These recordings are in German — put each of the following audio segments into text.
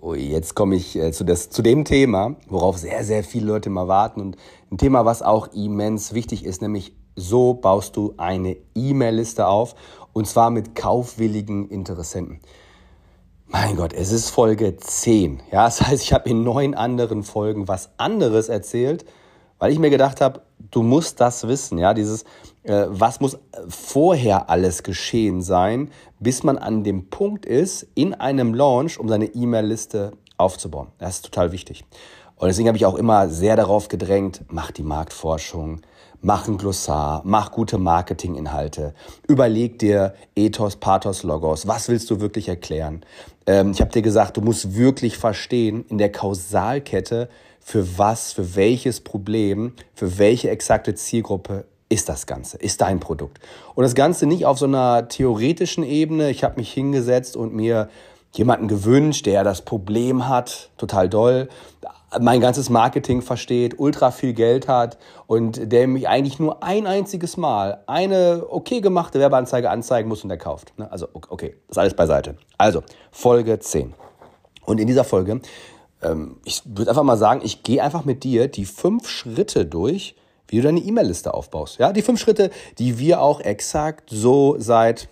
Ui, jetzt komme ich zu dem Thema, worauf sehr, sehr viele Leute mal warten und ein Thema, was auch immens wichtig ist, nämlich so baust du eine E-Mail-Liste auf und zwar mit kaufwilligen Interessenten. Mein Gott, es ist Folge 10. Ja, das heißt, ich habe in 9 anderen Folgen was anderes erzählt, weil ich mir gedacht habe, du musst das wissen. Ja, was muss vorher alles geschehen sein, bis man an dem Punkt ist, in einem Launch, um seine E-Mail-Liste aufzubauen. Das ist total wichtig. Und deswegen habe ich auch immer sehr darauf gedrängt, mach die Marktforschung, mach ein Glossar, mach gute Marketinginhalte, überleg dir Ethos, Pathos, Logos, was willst du wirklich erklären? Ich habe dir gesagt, du musst wirklich verstehen in der Kausalkette, für welches Problem, für welche exakte Zielgruppe ist das Ganze, ist dein Produkt. Und das Ganze nicht auf so einer theoretischen Ebene, ich habe mich hingesetzt und mir jemanden gewünscht, der das Problem hat, total doll, mein ganzes Marketing versteht, ultra viel Geld hat und der mich eigentlich nur ein einziges Mal eine okay gemachte Werbeanzeige anzeigen muss und der kauft. Also okay, das ist alles beiseite. Also Folge 10. Und in dieser Folge, ich würde einfach mal sagen, ich gehe einfach mit dir die 5 Schritte durch, wie du deine E-Mail-Liste aufbaust. Ja, die 5 Schritte, die wir auch exakt so seit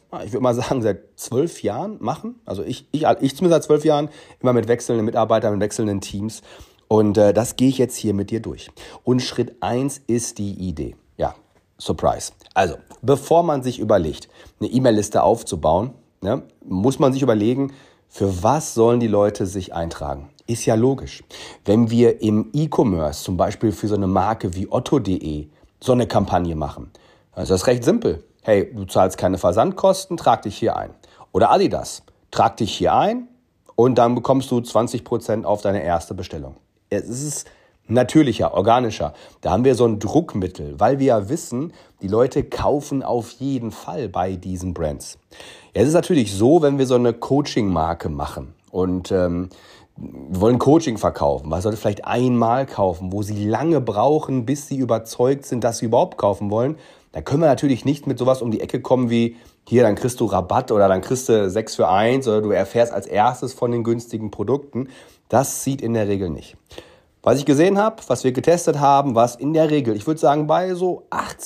12 Jahren machen. Also ich zumindest seit 12 Jahren, immer mit wechselnden Mitarbeitern, mit wechselnden Teams. Und das gehe ich jetzt hier mit dir durch. Und Schritt 1 ist die Idee. Ja, Surprise. Also, bevor man sich überlegt, eine E-Mail-Liste aufzubauen, ne, muss man sich überlegen, für was sollen die Leute sich eintragen? Ist ja logisch. Wenn wir im E-Commerce, zum Beispiel für so eine Marke wie otto.de, so eine Kampagne machen, dann ist das recht simpel. Hey, du zahlst keine Versandkosten, trag dich hier ein. Oder Adidas, trag dich hier ein und dann bekommst du 20% auf deine erste Bestellung. Es ist natürlicher, organischer. Da haben wir so ein Druckmittel, weil wir ja wissen, die Leute kaufen auf jeden Fall bei diesen Brands. Ja, es ist natürlich so, wenn wir so eine Coaching-Marke machen und wir wollen Coaching verkaufen, man sollte vielleicht einmal kaufen, wo sie lange brauchen, bis sie überzeugt sind, dass sie überhaupt kaufen wollen. Da können wir natürlich nicht mit sowas um die Ecke kommen wie, hier, dann kriegst du Rabatt oder dann kriegst du 6 für 1 oder du erfährst als erstes von den günstigen Produkten. Das zieht in der Regel nicht. Was ich gesehen habe, was wir getestet haben, was in der Regel, ich würde sagen, bei so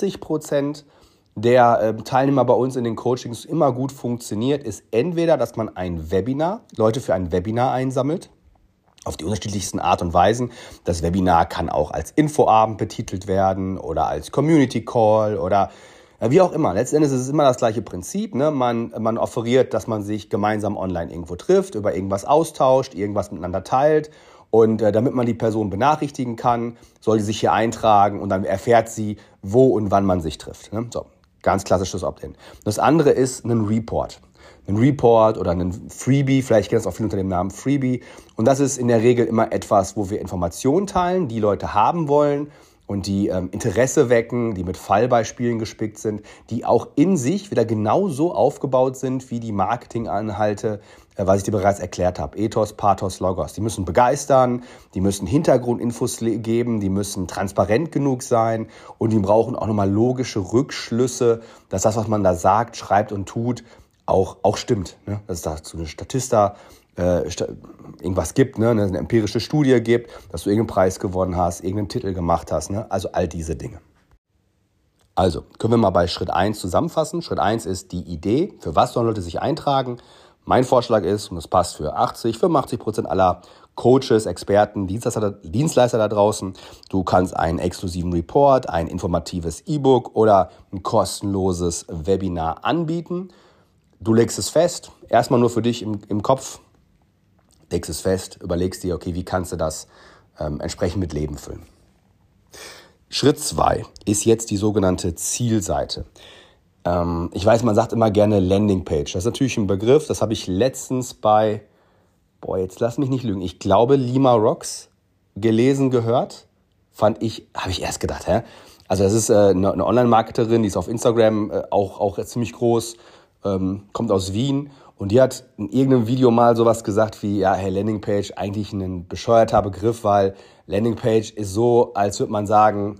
80% der Teilnehmer bei uns in den Coachings immer gut funktioniert, ist entweder, dass man Leute für ein Webinar einsammelt, auf die unterschiedlichsten Art und Weisen. Das Webinar kann auch als Infoabend betitelt werden oder als Community Call oder wie auch immer. Letzten Endes ist es immer das gleiche Prinzip. Ne? Man offeriert, dass man sich gemeinsam online irgendwo trifft, über irgendwas austauscht, irgendwas miteinander teilt. Und damit man die Person benachrichtigen kann, soll sie sich hier eintragen und dann erfährt sie, wo und wann man sich trifft. Ne? So, ganz klassisches Opt-in. Das andere ist ein Report. Ein Report oder ein Freebie, vielleicht kennt es auch viele unter dem Namen Freebie. Und das ist in der Regel immer etwas, wo wir Informationen teilen, die Leute haben wollen und die Interesse wecken, die mit Fallbeispielen gespickt sind, die auch in sich wieder genauso aufgebaut sind wie die Marketinginhalte, was ich dir bereits erklärt habe. Ethos, Pathos, Logos. Die müssen begeistern, die müssen Hintergrundinfos geben, die müssen transparent genug sein und die brauchen auch nochmal logische Rückschlüsse, dass das, was man da sagt, schreibt und tut, auch stimmt. Ne? Dass es dazu eine Statista irgendwas gibt, ne? Eine empirische Studie gibt, dass du irgendeinen Preis gewonnen hast, irgendeinen Titel gemacht hast. Ne? Also all diese Dinge. Also, können wir mal bei Schritt 1 zusammenfassen. Schritt 1 ist die Idee, für was sollen Leute sich eintragen. Mein Vorschlag ist, und das passt für 85% aller Coaches, Experten, Dienstleister da draußen, du kannst einen exklusiven Report, ein informatives E-Book oder ein kostenloses Webinar anbieten. Du legst es fest, erstmal nur für dich im Kopf, legst es fest, überlegst dir, okay, wie kannst du das entsprechend mit Leben füllen. Schritt 2 ist jetzt die sogenannte Zielseite. Ich weiß, man sagt immer gerne Landingpage. Das ist natürlich ein Begriff, das habe ich letztens jetzt lass mich nicht lügen, ich glaube Lima Rocks gelesen, gehört. Habe ich erst gedacht, hä? Also das ist eine Online-Marketerin, die ist auf Instagram auch ziemlich groß, kommt aus Wien und die hat in irgendeinem Video mal sowas gesagt wie, ja, hey, Landingpage, eigentlich ein bescheuerter Begriff, weil Landingpage ist so, als würde man sagen,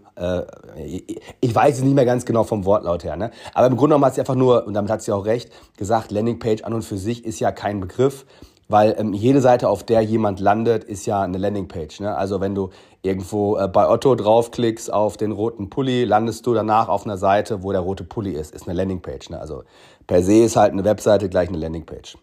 ich weiß es nicht mehr ganz genau vom Wortlaut her, ne? Aber im Grunde genommen hat sie einfach nur, und damit hat sie auch recht, gesagt, Landingpage an und für sich ist ja kein Begriff. Weil jede Seite, auf der jemand landet, ist ja eine Landingpage. Ne? Also wenn du irgendwo bei Otto draufklickst auf den roten Pulli, landest du danach auf einer Seite, wo der rote Pulli ist. Ist eine Landingpage. Ne? Also per se ist halt eine Webseite gleich eine Landingpage.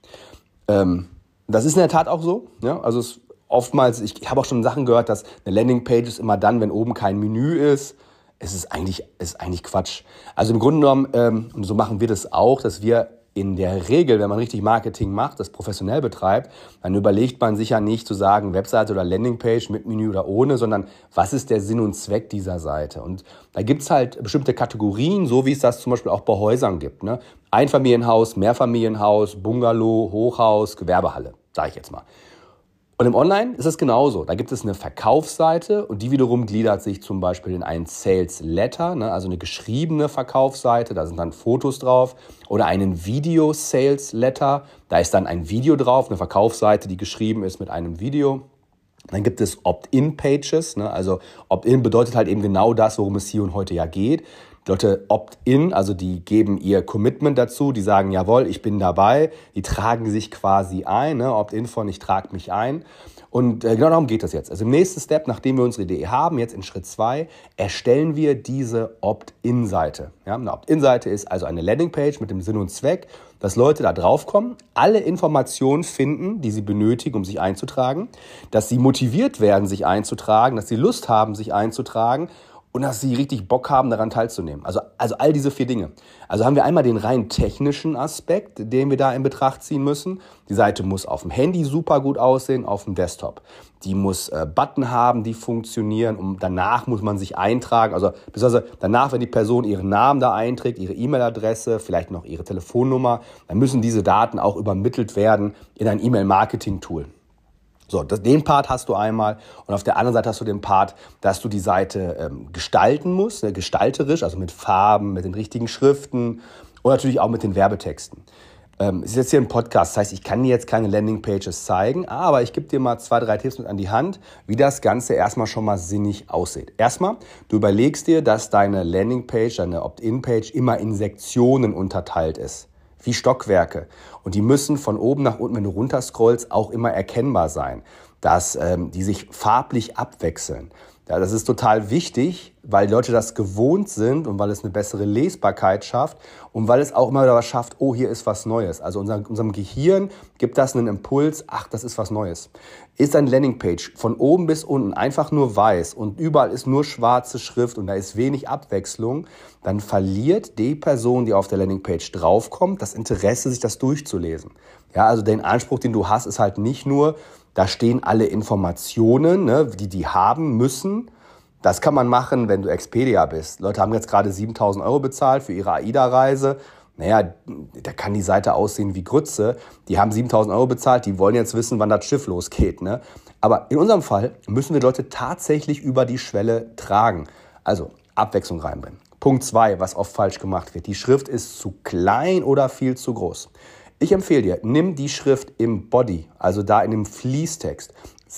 Das ist in der Tat auch so. Ja? Also oftmals, ich habe auch schon Sachen gehört, dass eine Landingpage ist immer dann, wenn oben kein Menü ist. Es ist eigentlich Quatsch. Also im Grunde genommen, und so machen wir das auch, dass wir in der Regel, wenn man richtig Marketing macht, das professionell betreibt, dann überlegt man sich ja nicht zu sagen, Webseite oder Landingpage mit Menü oder ohne, sondern was ist der Sinn und Zweck dieser Seite? Und da gibt's halt bestimmte Kategorien, so wie es das zum Beispiel auch bei Häusern gibt. Ne? Einfamilienhaus, Mehrfamilienhaus, Bungalow, Hochhaus, Gewerbehalle, sage ich jetzt mal. Und im Online ist es genauso. Da gibt es eine Verkaufsseite und die wiederum gliedert sich zum Beispiel in einen Sales Letter, ne, also eine geschriebene Verkaufsseite, da sind dann Fotos drauf, oder einen Video Sales Letter, da ist dann ein Video drauf, eine Verkaufsseite, die geschrieben ist mit einem Video. Dann gibt es Opt-in-Pages, ne, also Opt-in bedeutet halt eben genau das, worum es hier und heute ja geht. Die Leute opt-in, also die geben ihr Commitment dazu, die sagen, jawohl, ich bin dabei, die tragen sich quasi ein, ne? Opt-in von ich trage mich ein. Und genau darum geht es jetzt. Also im nächsten Step, nachdem wir unsere Idee haben, jetzt in Schritt 2, erstellen wir diese Opt-in-Seite. Ja, eine Opt-in-Seite ist also eine Landingpage mit dem Sinn und Zweck, dass Leute da draufkommen, alle Informationen finden, die sie benötigen, um sich einzutragen, dass sie motiviert werden, sich einzutragen, dass sie Lust haben, sich einzutragen, und dass sie richtig Bock haben, daran teilzunehmen. Also all diese 4 Dinge. Also haben wir einmal den rein technischen Aspekt, den wir da in Betracht ziehen müssen. Die Seite muss auf dem Handy super gut aussehen, auf dem Desktop. Die muss Button haben, die funktionieren. Und danach muss man sich eintragen. Also beziehungsweise danach, wenn die Person ihren Namen da einträgt, ihre E-Mail-Adresse, vielleicht noch ihre Telefonnummer, dann müssen diese Daten auch übermittelt werden in ein E-Mail-Marketing-Tool. So, den Part hast du einmal und auf der anderen Seite hast du den Part, dass du die Seite gestalten musst, gestalterisch, also mit Farben, mit den richtigen Schriften und natürlich auch mit den Werbetexten. Es ist jetzt hier ein Podcast, das heißt, ich kann dir jetzt keine Landingpages zeigen, aber ich gebe dir mal 2, 3 Tipps mit an die Hand, wie das Ganze erstmal schon mal sinnig aussieht. Erstmal, du überlegst dir, dass deine Landingpage, deine Opt-in-Page immer in Sektionen unterteilt ist. Wie Stockwerke. Und die müssen von oben nach unten, wenn du runterscrollst, auch immer erkennbar sein, dass die sich farblich abwechseln. Ja, das ist total wichtig, weil die Leute das gewohnt sind und weil es eine bessere Lesbarkeit schafft und weil es auch immer wieder was schafft, oh, hier ist was Neues. Also unserem Gehirn gibt das einen Impuls, ach, das ist was Neues. Ist eine Landingpage von oben bis unten einfach nur weiß und überall ist nur schwarze Schrift und da ist wenig Abwechslung, dann verliert die Person, die auf der Landingpage draufkommt, das Interesse, sich das durchzulesen. Ja, also den Anspruch, den du hast, ist halt nicht nur, da stehen alle Informationen, ne, die haben müssen. Das kann man machen, wenn du Expedia bist. Leute haben jetzt gerade 7.000 € bezahlt für ihre AIDA-Reise. Naja, da kann die Seite aussehen wie Grütze. Die haben 7.000 € bezahlt, die wollen jetzt wissen, wann das Schiff losgeht. Ne? Aber in unserem Fall müssen wir Leute tatsächlich über die Schwelle tragen. Also Abwechslung reinbringen. Punkt 2, was oft falsch gemacht wird. Die Schrift ist zu klein oder viel zu groß. Ich empfehle dir, nimm die Schrift im Body, also da in dem Fließtext,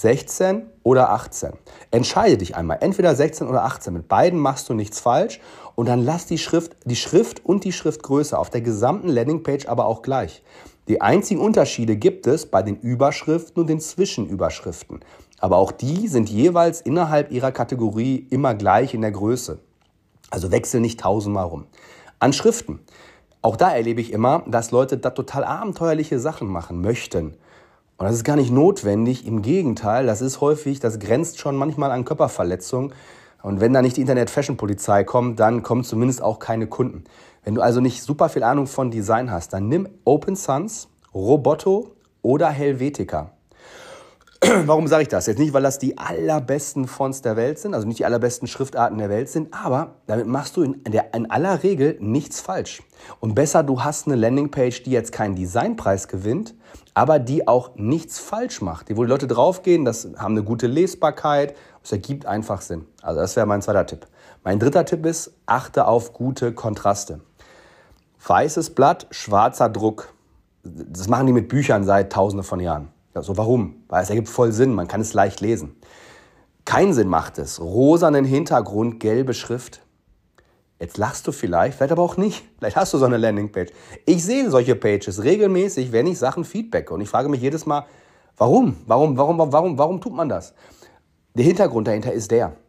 16 oder 18. Entscheide dich einmal, entweder 16 oder 18. Mit beiden machst du nichts falsch und dann lass die Schrift und die Schriftgröße auf der gesamten Landingpage aber auch gleich. Die einzigen Unterschiede gibt es bei den Überschriften und den Zwischenüberschriften. Aber auch die sind jeweils innerhalb ihrer Kategorie immer gleich in der Größe. Also wechsel nicht 1000-mal rum. An Schriften. Auch da erlebe ich immer, dass Leute da total abenteuerliche Sachen machen möchten. Und das ist gar nicht notwendig. Im Gegenteil, das grenzt schon manchmal an Körperverletzung. Und wenn da nicht die Internet-Fashion-Polizei kommt, dann kommen zumindest auch keine Kunden. Wenn du also nicht super viel Ahnung von Design hast, dann nimm Open Sans, Roboto oder Helvetica. Warum sage ich das? Jetzt nicht, weil das die allerbesten Fonts der Welt sind, also nicht die allerbesten Schriftarten der Welt sind, aber damit machst du in aller Regel nichts falsch. Und besser, du hast eine Landingpage, die jetzt keinen Designpreis gewinnt, aber die auch nichts falsch macht. Wo die Leute draufgehen, das haben eine gute Lesbarkeit, es ergibt einfach Sinn. Also das wäre mein 2. Tipp. Mein 3. Tipp ist, achte auf gute Kontraste. Weißes Blatt, schwarzer Druck. Das machen die mit Büchern seit Tausenden von Jahren. So, warum? Weil es ergibt voll Sinn, man kann es leicht lesen. Keinen Sinn macht es. Rosanen Hintergrund, gelbe Schrift. Jetzt lachst du vielleicht aber auch nicht. Vielleicht hast du so eine Landingpage. Ich sehe solche Pages regelmäßig, wenn ich Sachen feedbacke. Und ich frage mich jedes Mal, warum? Warum tut man das? Der Hintergrund dahinter ist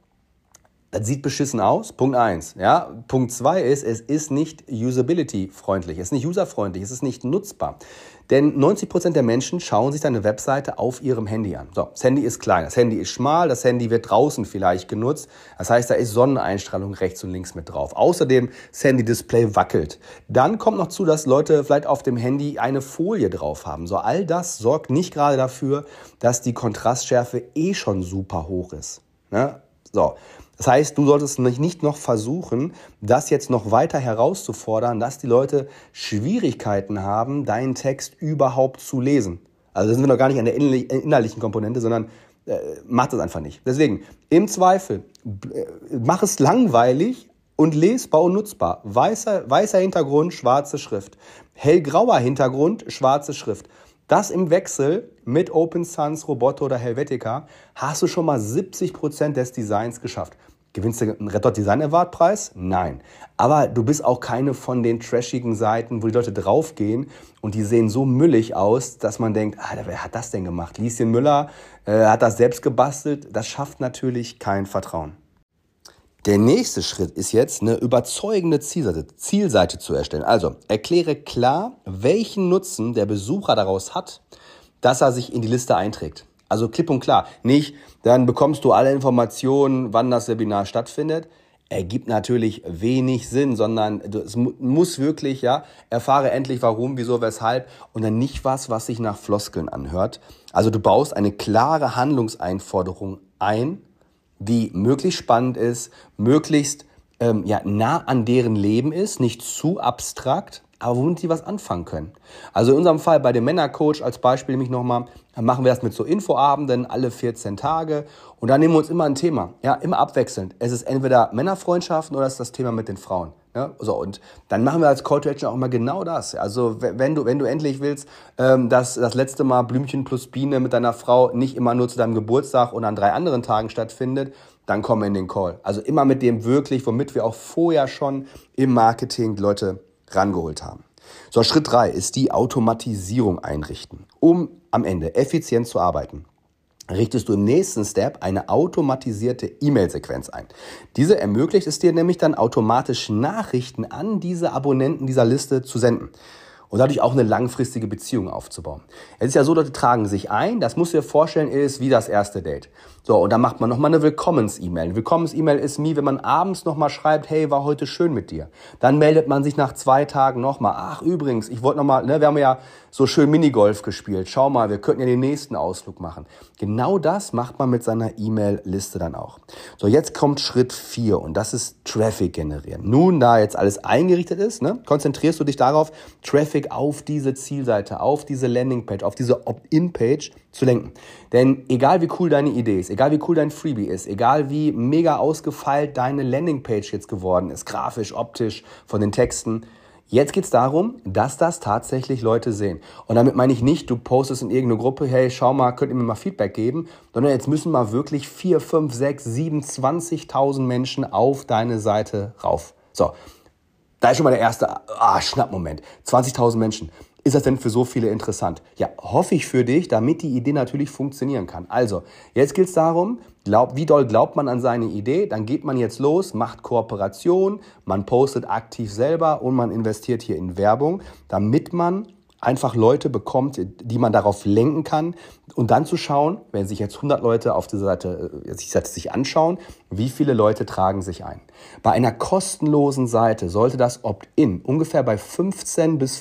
das sieht beschissen aus, Punkt 1. Ja? Punkt 2 ist, es ist nicht usability-freundlich, es ist nicht userfreundlich, es ist nicht nutzbar. Denn 90% der Menschen schauen sich deine Webseite auf ihrem Handy an. So, das Handy ist klein, das Handy ist schmal, das Handy wird draußen vielleicht genutzt. Das heißt, da ist Sonneneinstrahlung rechts und links mit drauf. Außerdem, das Handy-Display wackelt. Dann kommt noch zu, dass Leute vielleicht auf dem Handy eine Folie drauf haben. So, all das sorgt nicht gerade dafür, dass die Kontrastschärfe schon super hoch ist. Ne? So. Das heißt, du solltest nicht noch versuchen, das jetzt noch weiter herauszufordern, dass die Leute Schwierigkeiten haben, deinen Text überhaupt zu lesen. Also da sind wir noch gar nicht an der innerlichen Komponente, sondern mach das einfach nicht. Deswegen, im Zweifel, mach es langweilig und lesbar und nutzbar. Weißer Hintergrund, schwarze Schrift. Hellgrauer Hintergrund, schwarze Schrift. Das im Wechsel mit Open Sans, Roboto oder Helvetica hast du schon mal 70% des Designs geschafft. Gewinnst du einen Red Dot Design Award Preis? Nein. Aber du bist auch keine von den trashigen Seiten, wo die Leute draufgehen und die sehen so müllig aus, dass man denkt, wer hat das denn gemacht? Lieschen Müller hat das selbst gebastelt. Das schafft natürlich kein Vertrauen. Der nächste Schritt ist jetzt, eine überzeugende Zielseite zu erstellen. Also erkläre klar, welchen Nutzen der Besucher daraus hat, dass er sich in die Liste einträgt. Also klipp und klar. Nicht, dann bekommst du alle Informationen, wann das Webinar stattfindet. Ergibt natürlich wenig Sinn, sondern es muss wirklich, erfahre endlich warum, wieso, weshalb und dann nicht was sich nach Floskeln anhört. Also du baust eine klare Handlungseinforderung ein, die möglichst spannend ist, möglichst nah an deren Leben ist, nicht zu abstrakt, aber womit sie was anfangen können. Also in unserem Fall bei dem Männercoach als Beispiel nämlich nochmal, machen wir das mit so Infoabenden alle 14 Tage und dann nehmen wir uns immer ein Thema, immer abwechselnd. Es ist entweder Männerfreundschaften oder es ist das Thema mit den Frauen. Ja, so, und dann machen wir als Call to Action auch immer genau das. Also wenn du endlich willst, dass das letzte Mal Blümchen plus Biene mit deiner Frau nicht immer nur zu deinem Geburtstag und an 3 anderen Tagen stattfindet, dann komm in den Call. Also immer mit dem wirklich, womit wir auch vorher schon im Marketing die Leute rangeholt haben. So, Schritt 3 ist die Automatisierung einrichten. Um am Ende effizient zu arbeiten, richtest du im nächsten Step eine automatisierte E-Mail-Sequenz ein. Diese ermöglicht es dir nämlich dann automatisch Nachrichten an diese Abonnenten dieser Liste zu senden und dadurch auch eine langfristige Beziehung aufzubauen. Es ist ja so, Leute tragen sich ein, das musst du dir vorstellen, ist wie das erste Date. So, und dann macht man nochmal eine Willkommens-E-Mail. Eine Willkommens-E-Mail ist wenn man abends nochmal schreibt, hey, war heute schön mit dir. Dann meldet man sich nach 2 Tagen nochmal, ach übrigens, ich wollte nochmal, wir haben ja so schön Minigolf gespielt, schau mal, wir könnten ja den nächsten Ausflug machen. Genau das macht man mit seiner E-Mail-Liste dann auch. So, jetzt kommt Schritt 4 und das ist Traffic generieren. Nun, da jetzt alles eingerichtet ist, konzentrierst du dich darauf, Traffic auf diese Zielseite, auf diese Landingpage, auf diese Opt-in-Page zu lenken. Denn egal wie cool deine Idee ist, egal wie cool dein Freebie ist, egal wie mega ausgefeilt deine Landingpage jetzt geworden ist, grafisch, optisch, von den Texten, jetzt geht es darum, dass das tatsächlich Leute sehen. Und damit meine ich nicht, du postest in irgendeine Gruppe, hey, schau mal, könnt ihr mir mal Feedback geben, sondern jetzt müssen mal wirklich 4, 5, 6, 7, 20.000 Menschen auf deine Seite rauf. So, da ist schon mal der erste Schnappmoment. 20.000 Menschen. Ist das denn für so viele interessant? Ja, hoffe ich für dich, damit die Idee natürlich funktionieren kann. Also, jetzt geht es darum, wie doll glaubt man an seine Idee? Dann geht man jetzt los, macht Kooperation, man postet aktiv selber und man investiert hier in Werbung, damit man einfach Leute bekommt, die man darauf lenken kann und dann zu schauen, wenn sich jetzt 100 Leute auf dieser Seite sich anschauen, wie viele Leute tragen sich ein. Bei einer kostenlosen Seite sollte das Opt-in ungefähr bei 15 bis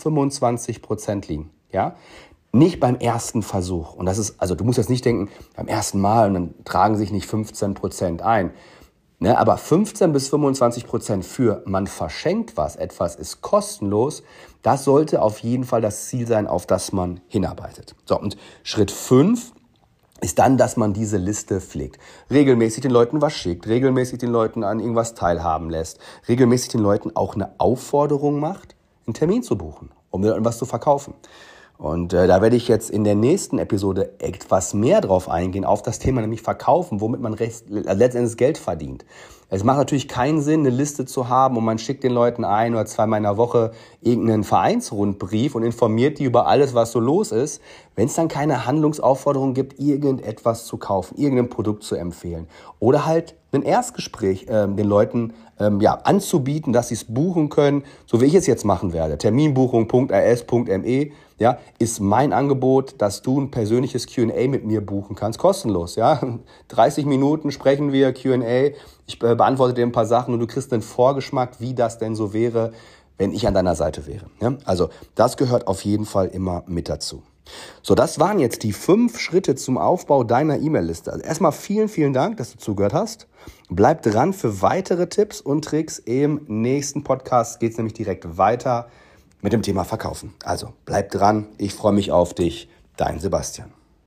25% liegen. Ja? Nicht beim ersten Versuch. Und das ist, also du musst jetzt nicht denken, beim ersten Mal und dann tragen sich nicht 15% ein. Aber 15 bis 25% für man verschenkt was, etwas ist kostenlos, das sollte auf jeden Fall das Ziel sein, auf das man hinarbeitet. So, und Schritt 5 ist dann, dass man diese Liste pflegt. Regelmäßig den Leuten was schickt, regelmäßig den Leuten an irgendwas teilhaben lässt, regelmäßig den Leuten auch eine Aufforderung macht, einen Termin zu buchen, um den Leuten was zu verkaufen. Und da werde ich jetzt in der nächsten Episode etwas mehr drauf eingehen, auf das Thema nämlich Verkaufen, womit man letztendlich Geld verdient. Es macht natürlich keinen Sinn, eine Liste zu haben und man schickt den Leuten ein oder zweimal in der Woche irgendeinen Vereinsrundbrief und informiert die über alles, was so los ist, wenn es dann keine Handlungsaufforderung gibt, irgendetwas zu kaufen, irgendein Produkt zu empfehlen. Oder halt ein Erstgespräch den Leuten anzubieten, dass sie es buchen können, so wie ich es jetzt machen werde. Terminbuchung.rs.me ist mein Angebot, dass du ein persönliches Q&A mit mir buchen kannst, kostenlos. 30 Minuten sprechen wir, Q&A, ich beantworte dir ein paar Sachen und du kriegst einen Vorgeschmack, wie das denn so wäre, wenn ich an deiner Seite wäre. Ja? Also das gehört auf jeden Fall immer mit dazu. So, das waren jetzt die 5 Schritte zum Aufbau deiner E-Mail-Liste. Also erstmal vielen, vielen Dank, dass du zugehört hast. Bleib dran für weitere Tipps und Tricks. Im nächsten Podcast geht es nämlich direkt weiter mit dem Thema Verkaufen. Also bleib dran, ich freue mich auf dich. Dein Sebastian.